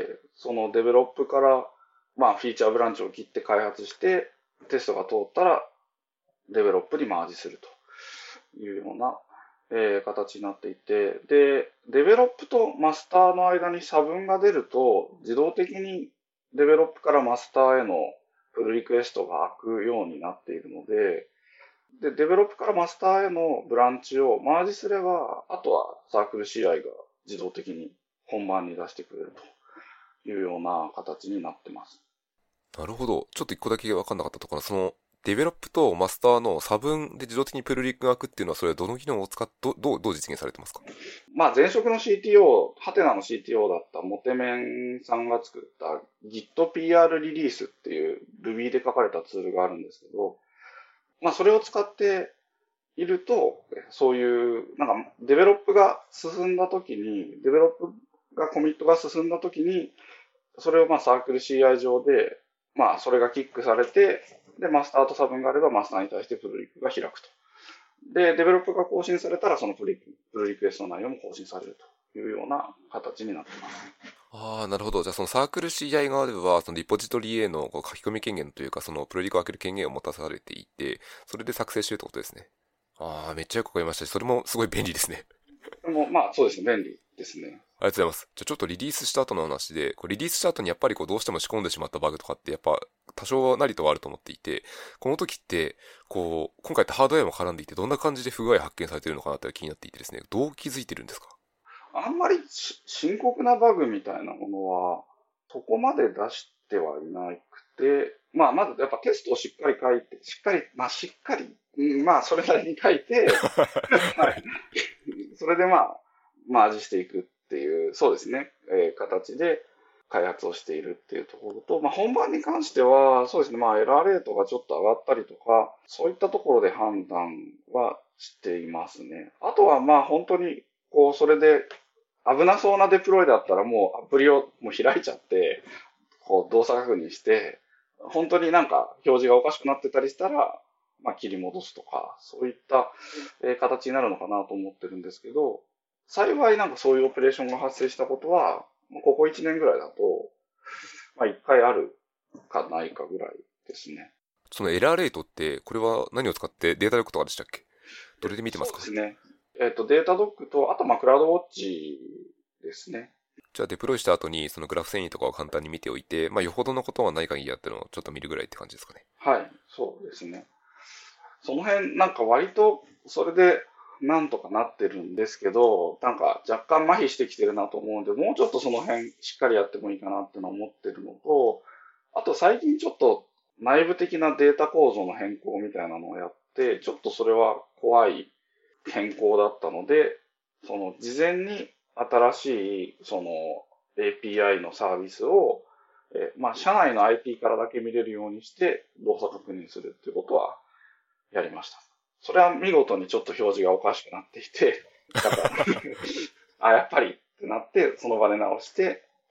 そのデベロップから、まあフィーチャーブランチを切って開発して、テストが通ったらデベロップにマージするというような、えー形になっていて、で、デベロップとマスターの間に差分が出ると、自動的にデベロップからマスターへのプルリクエストが開くようになっているので、で、デベロップからマスターへのブランチをマージすれば、あとはサークル シーアイ が自動的に本番に出してくれるというような形になってます。 なるほど。ちょっと一個だけ分かんなかったところ、その、デベロップとマスターの差分で自動的にプルリクが開くっていうのは、それはどの機能を使っ、ど、どう、どう実現されてますか？ まあ前職の シーティーオー、ハテナの シーティーオー だったモテメンさんが作った GitPR リリースっていう Ruby で書かれたツールがあるんですけど、まあそれを使っていると、そういう、なんかデベロップが進んだ時に、デベロップがコミットが進んだ時に、それをまあサークル シーアイ 上で、まあそれがキックされて、で、マスターと差分があればマスターに対してプルリクが開くと。で、デベロップが更新されたらそのプルリク、プルリクエストの内容も更新されるというような形になっています。 ああ、なるほど。じゃあそのサークル シーアイ 側では、そのリポジトリへのこう書き込み権限というか、そのプロリクを開ける権限を持たされていて、それで作成してるってことですね。ああ、めっちゃよくわかりましたし、それもすごい便利ですね。 でもまあそうですね、便利ですね。 ありがとうございます。じゃあちょっとリリースした後の話で、こうリリースした後にやっぱりこうどうしても仕込んでしまったバグとかってやっぱ多少なりとはあると思っていて、この時って、こう、今回ってハードウェアも絡んでいて、どんな感じで不具合発見されているのかなって気になっていてですね、どう気づいてるんですか？ あんまり深刻なバグみたいなものは、そこまで出してはいなくて、まあ、まずやっぱテストをしっかり書いて、しっかり、まあ、しっかり、うんまあ、それなりに書いて、はい。それでまあ、マージしていくっていう、そうですね、えー形で開発をしているっていうところと、まあ、本番に関しては、そうですね、まあ、エラーレートがちょっと上がったりとか、そういったところで判断はしていますね。あとはまあ、本当に、こう、それで危なそうなデプロイだったらもうアプリをもう開いちゃって、こう動作確認して、本当になんか表示がおかしくなってたりしたら、まあ切り戻すとか、そういった形になるのかなと思ってるんですけど、幸いなんかそういうオペレーションが発生したことは、ここいちねんぐらいだと、まあいっかいあるかないかぐらいですね。 そのエラーレートって、これは何を使ってデータ力とかでしたっけ？どれで見てますか？ そうですね。えっと、データドックと、あとまあクラウドウォッチですね。 じゃあデプロイした後にそのグラフ遷移とかを簡単に見ておいて、まあよほどのことはない限りやってるのをちょっと見るぐらいって感じですかね。 はい、そうですね。その辺、なんか割と、それで、なんとかなってるんですけど、なんか若干麻痺してきてるなと思うんで、もうちょっとその辺しっかりやってもいいかなってのは思ってるのと、あと最近ちょっと内部的なデータ構造の変更みたいなのをやって、ちょっとそれは怖い変更だったので、その事前に新しいその エーピーアイ のサービスを、えまあ、社内の アイピー からだけ見れるようにして動作確認するっていうことはやりました。それは見事にちょっと表示がおかしくなっていて、だからあ、やっぱりってなって、その場で直して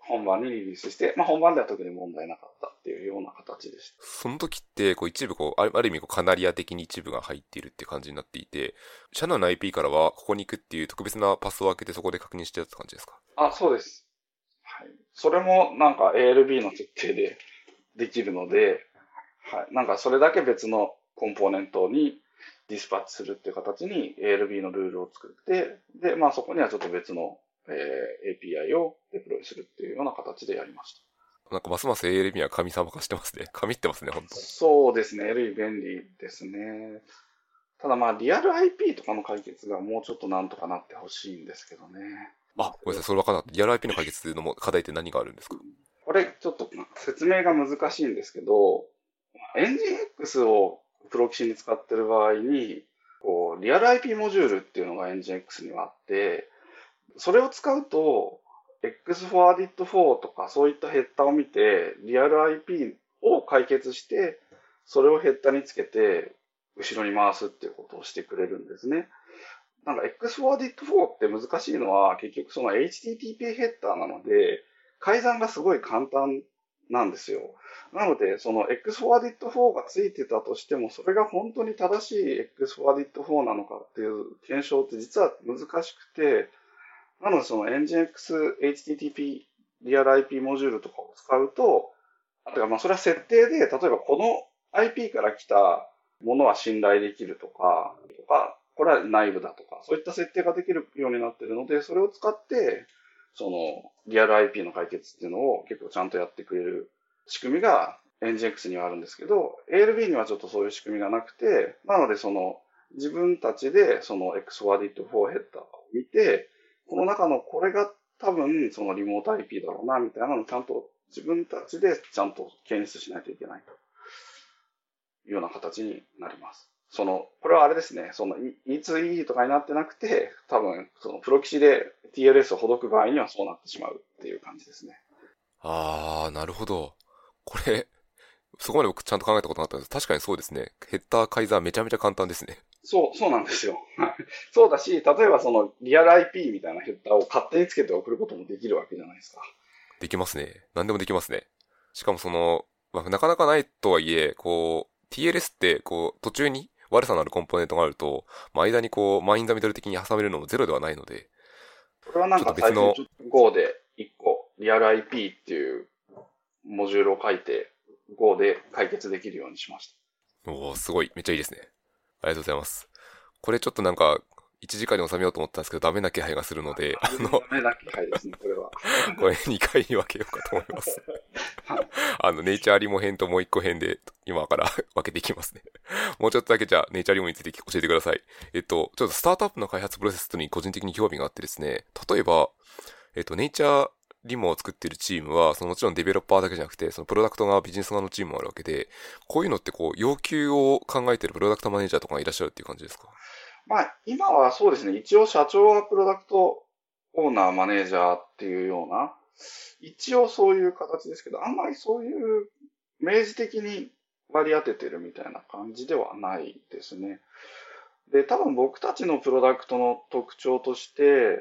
本番にリリースして、まあ本番では特に問題なかったっていうような形でした。 その時って、こう一部こう、あるある意味こうカナリア的に一部が入っているって感じになっていて、社内の アイピー からはここに行くっていう特別なパスを開けてそこで確認してたって感じですか？ あ、そうです。はい。それもなんか エーエルビー の設定でできるので、はい。なんかそれだけ別のコンポーネントにディスパッチするっていう形に エーエルビー のルールを作って、で、まあそこにはちょっと別の、えー、エーピーアイ をデプロイするっていうような形でやりました。 なんかますます エーエルビー は神様化してますね。神ってますね、本当。 そうですね。エルイー 便利ですね。ただまあリアル アイピー とかの解決がもうちょっとなんとかなってほしいんですけどね。まあ、 あ、ごめんなさい、それ分からなかった。リアル アイピー の解決のも課題って何があるんですか？ これちょっと説明が難しいんですけど、エンジン X をプロキシに使ってる場合に、こう、リアル アイピー モジュールっていうのがエンジン X にはあって、それを使うと、エックスフォワーディットフォー とかそういったヘッダーを見て、リアル アイピー を解決して、それをヘッダーにつけて、後ろに回すっていうことをしてくれるんですね。なんか エックスフォワーディットフォー って難しいのは、結局その エイチティーティーピー ヘッダーなので、改ざんがすごい簡単なんですよ。なので、その エックスフォワーディットフォー がついてたとしても、それが本当に正しい エックスフォワーディットフォー なのかっていう検証って実は難しくて、なのでその エンジン X エイチティーティーピー リアル アイピー モジュールとかを使うと、あとはまあそれは設定で、例えばこの アイピー から来たものは信頼できるとか、とか、これは内部だとか、そういった設定ができるようになっているので、それを使って、そのリアル アイピー の解決っていうのを結構ちゃんとやってくれる仕組みが エンジン X にはあるんですけど、エーエルビー にはちょっとそういう仕組みがなくて、なのでその自分たちでその エックスフォワーディットフォー ヘッダーを見て、この中のこれが多分そのリモート アイピー だろうなみたいなのをちゃんと自分たちでちゃんと検出しないといけないというような形になります。その、これはあれですね、その イーツーイー とかになってなくて、多分そのプロキシで ティーエルエス をほどく場合にはそうなってしまうっていう感じですね。 あー、なるほど。これ、そこまで僕ちゃんと考えたことなかったんです。確かにそうですね。ヘッダー改ざんめちゃめちゃ簡単ですね。 そう、そうなんですよ。そうだし、例えばそのリアル アイピー みたいなヘッダーを勝手につけて送ることもできるわけじゃないですか。 できますね。何でもできますね。しかもその、まあ、なかなかないとはいえ、こう、ティーエルエス って、こう、途中に悪さのあるコンポーネントがあると、まあ、間にこう、マインザミドル的に挟めるのもゼロではないので、 これはなちょっとんか最別の、 近 Go でいっこリアル アイピー っていうモジュールを書いて Go で解決できるようにしました。 おー、すごい、めっちゃいいですね。ありがとうございます。これちょっとなんか、いちじかんに収めようと思ったんですけど、ダメな気配がするので、あの、 ダメな気配ですね、これは。 これにかいに分けようかと思います。あの、ネイチャーリモ編ともういっこ編で、今から分けていきますね。もうちょっとだけじゃあ、ネイチャーリモについて教えてください。えっと、ちょっとスタートアップの開発プロセスに個人的に興味があってですね、例えば、えっと、ネイチャーリモを作っているチームは、そのもちろんデベロッパーだけじゃなくて、そのプロダクト側、ビジネス側のチームもあるわけで、こういうのってこう、要求を考えているプロダクトマネージャーとかがいらっしゃるっていう感じですか？ まあ、今はそうですね、一応社長はプロダクトオーナー、マネージャーっていうような、一応そういう形ですけど、あんまりそういう明示的に割り当ててるみたいな感じではないですね。で、多分僕たちのプロダクトの特徴として、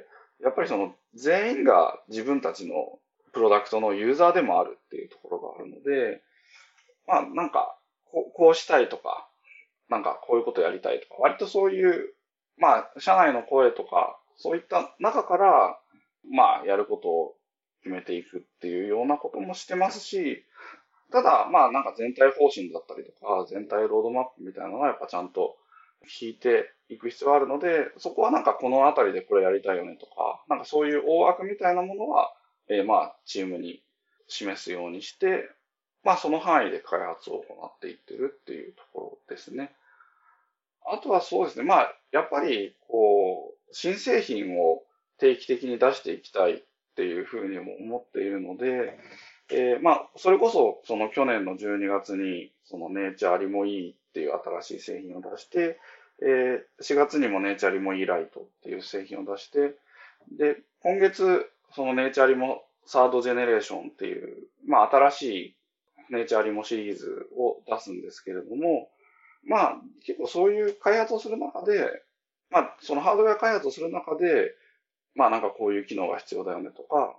やっぱりその全員が自分たちのプロダクトのユーザーでもあるっていうところがあるので、まあなんかこう、こうしたいとか、なんかこういうことやりたいとか、割とそういう、まあ社内の声とか、そういった中から、まあやることを決めていくっていうようなこともしてますし、ただまあなんか全体方針だったりとか、全体ロードマップみたいなのはやっぱちゃんと引いていく必要があるので、そこはなんかこのあたりでこれやりたいよねとか、なんかそういう大枠みたいなものは、えー、まあチームに示すようにして、まあその範囲で開発を行っていってるっていうところですね。あとはそうですね、まあやっぱりこう、新製品を定期的に出していきたいっていうふうにも思っているので、えー、まあ、それこそ、その去年のじゅうにがつに、そのネイチャーリモイーっていう新しい製品を出して、えー、しがつにもネイチャーリモイーライトっていう製品を出して、で、今月、そのネイチャーリモサードジェネレーションっていう、まあ、新しいネイチャーリモシリーズを出すんですけれども、まあ、結構そういう開発をする中で、まあ、そのハードウェア開発をする中で、まあなんかこういう機能が必要だよねとか、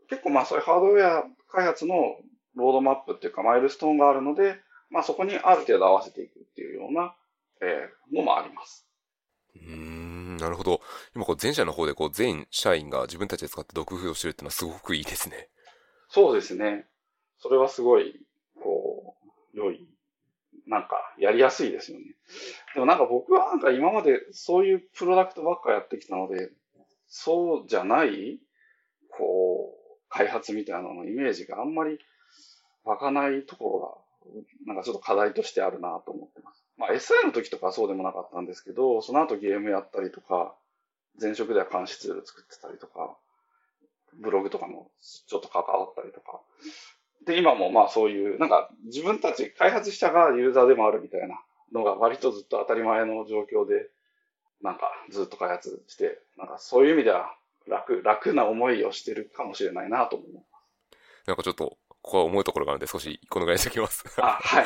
結構まあそういうハードウェア開発のロードマップっていうかマイルストーンがあるので、まあそこにある程度合わせていくっていうような、えーのもあります。 うーん、なるほど。今こう前者の方でこう全社員が自分たちで使ってドッグフードしてるっていうのはすごくいいですね。 そうですね。それはすごい、こう、良い。なんか、やりやすいですよね。でもなんか僕はなんか今までそういうプロダクトばっかやってきたので、そうじゃない、こう、開発みたいなのイメージがあんまり湧かないところが、なんかちょっと課題としてあるなと思ってます。まあ エスアイ の時とかはそうでもなかったんですけど、その後ゲームやったりとか、前職では監視ツール作ってたりとか、ブログとかもちょっと関わったりとか。で、今もまあそういう、なんか自分たち開発者がユーザーでもあるみたいなのが割とずっと当たり前の状況で、なんかずっと開発して、なんかそういう意味では楽、楽な思いをしてるかもしれないなと思う。 なんかちょっと、ここは思うところがあるんで少しこのぐらいにしておきます。 あ、はい。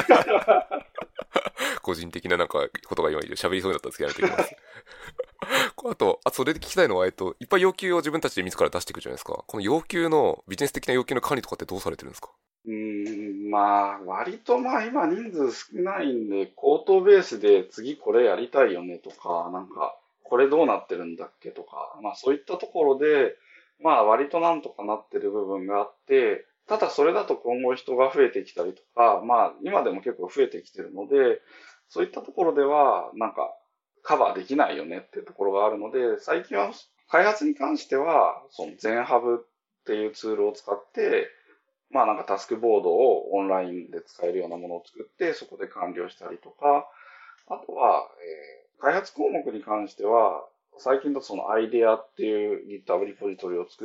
個人的ななんかことが今喋りそうになったんですけどやめておきます。あと、あとそれで聞きたいのは、えっと、いっぱい要求を自分たちで自ら出していくじゃないですか。この要求の、ビジネス的な要求の管理とかってどうされてるんですか？ うーん、まあ、割とまあ今人数少ないんで、口頭ベースで次これやりたいよねとか、なんか、これどうなってるんだっけとか、まあそういったところで、まあ割となんとかなってる部分があって、ただそれだと今後人が増えてきたりとか、まあ今でも結構増えてきてるので、そういったところではなんかカバーできないよねっていうところがあるので、最近は開発に関しては、その全ハブっていうツールを使って、まあなんかタスクボードをオンラインで使えるようなものを作って、そこで完了したりとか、あとは、えー開発項目に関しては、最近だとそのアイデアっていう GitHub リポジトリを作って、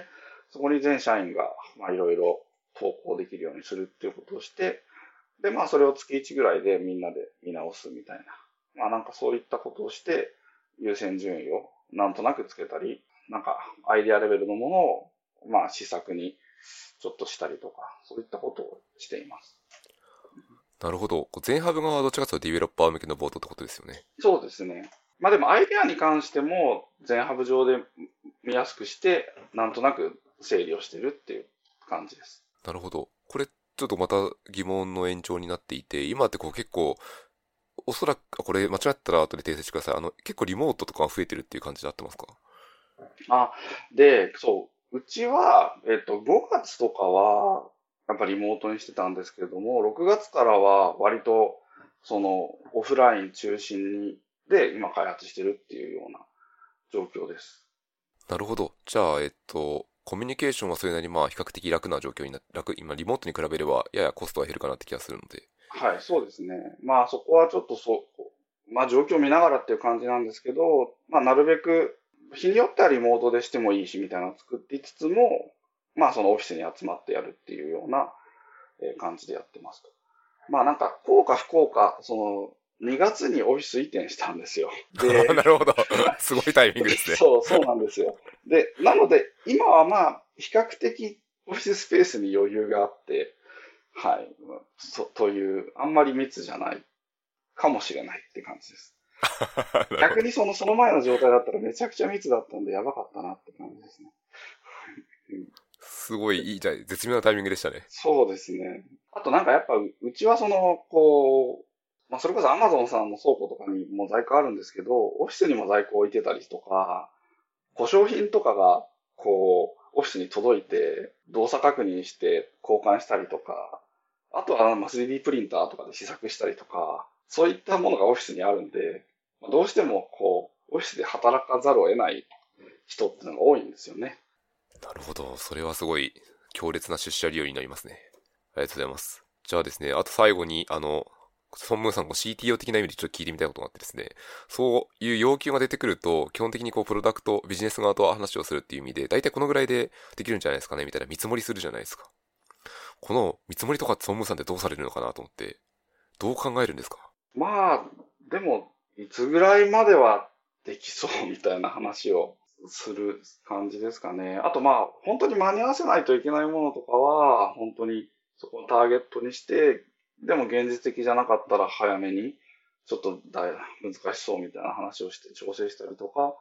そこに全社員がまあいろいろ投稿できるようにするっていうことをして、で、まあそれを月いちぐらいでみんなで見直すみたいな。まあなんかそういったことをして、優先順位をなんとなくつけたり、なんかアイデアレベルのものをまあ試作にちょっとしたりとか、そういったことをしています。 なるほど。こう全ハブがどっちかというとディベロッパー向けのボートってことですよね。 そうですね。まあでもアイデアに関しても全ハブ上で見やすくして、なんとなく整理をしてるっていう感じです。 なるほど。これ、ちょっとまた疑問の延長になっていて、今ってこう結構、おそらく、あこれ間違ったら後で訂正してください。あの、結構リモートとかが増えてるっていう感じで合ってますか？ あ、で、そう、うちは、えっと、ごがつとかは、やっぱりリモートにしてたんですけれども、ろくがつからは割と、その、オフライン中心に、で、今開発してるっていうような状況です。 なるほど。じゃあ、えっと、コミュニケーションはそれなりにまあ比較的楽な状況にな、楽、今リモートに比べればややコストは減るかなって気がするので。 はい、そうですね。まあそこはちょっとそう、まあ状況を見ながらっていう感じなんですけど、まあなるべく日によってはリモートでしてもいいしみたいなのを作っていつつも、まあそのオフィスに集まってやるっていうようなえー感じでやってますと。まあなんか、幸か不幸か、その、にがつにオフィス移転したんですよ。で、 なるほど。すごいタイミングですね。 そう、そうなんですよ。で、なので、今はまあ、比較的オフィススペースに余裕があって、はい、そという、あんまり密じゃないかもしれないって感じです。 なるほど。 逆にその、その前の状態だったらめちゃくちゃ密だったんでやばかったなって感じですね。うん、 すごいいい、じゃあ絶妙なタイミングでしたね。 そうですね。あとなんかやっぱう、うちはその、こう、まあそれこそアマゾンさんの倉庫とかにも在庫あるんですけど、オフィスにも在庫置いてたりとか、故障品とかが、こう、オフィスに届いて、動作確認して交換したりとか、あとはまあ スリーディー プリンターとかで試作したりとか、そういったものがオフィスにあるんで、まあどうしてもこう、オフィスで働かざるを得ない人っていうのが多いんですよね。 なるほど。それはすごい強烈な出社理由になりますね。ありがとうございます。じゃあですね、あと最後に、あの、ソンムーさんが シーティーオー 的な意味でちょっと聞いてみたいことがあってですね、そういう要求が出てくると、基本的にこう、プロダクト、ビジネス側と話をするっていう意味で、大体このぐらいでできるんじゃないですかね、みたいな見積もりするじゃないですか。この見積もりとかってソンムーさんってどうされるのかなと思って、どう考えるんですか？ まあ、でも、いつぐらいまではできそうみたいな話をする感じですかね。あとまあ、本当に間に合わせないといけないものとかは、本当にそこをターゲットにして、でも現実的じゃなかったら早めに、ちょっとだい難しそうみたいな話をして調整したりとか、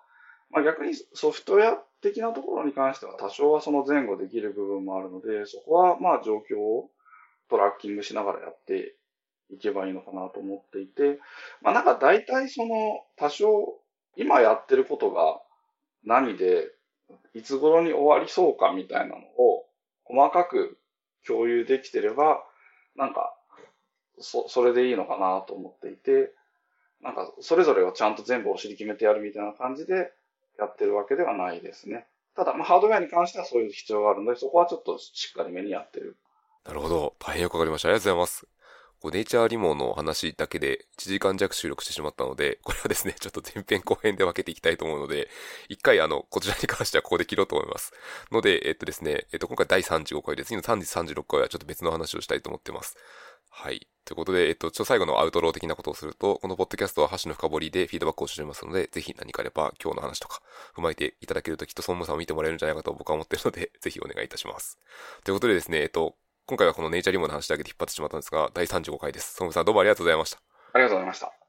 まあ逆にソフトウェア的なところに関しては多少はその前後できる部分もあるので、そこはまあ状況をトラッキングしながらやっていけばいいのかなと思っていて、まあなんか大体その多少今やってることが何でいつ頃に終わりそうかみたいなのを細かく共有できてれば、なんかそ、それでいいのかなと思っていて、なんかそれぞれをちゃんと全部お尻決めてやるみたいな感じでやってるわけではないですね。ただ、まあ、ハードウェアに関してはそういう必要があるので、そこはちょっとしっかりめにやってる。 なるほど。大変よくわかりました。ありがとうございます。こうネイチャーリモの話だけでいちじかん弱収録してしまったので、これはですね、ちょっと前編後編で分けていきたいと思うので、一回あの、こちらに関してはここで切ろうと思います。ので、えっとですね、えっと、今回だいさんじゅうごかいで、次のさんじさんじゅうろっかいはちょっと別の話をしたいと思ってます。はい。ということで、えっと、ちょっと最後のアウトロー的なことをすると、このポッドキャストはハッシュの深掘りでフィードバックをしておりますので、ぜひ何かあれば今日の話とか踏まえていただけるときっとソンムさんを見てもらえるんじゃないかと僕は思っているので、ぜひお願いいたします。ということでですね、えっと、今回はこのネイチャーリモの話だけで引っ張ってしまったんですが、だいさんじゅうごかいです。ソンムさんどうもありがとうございました。 ありがとうございました。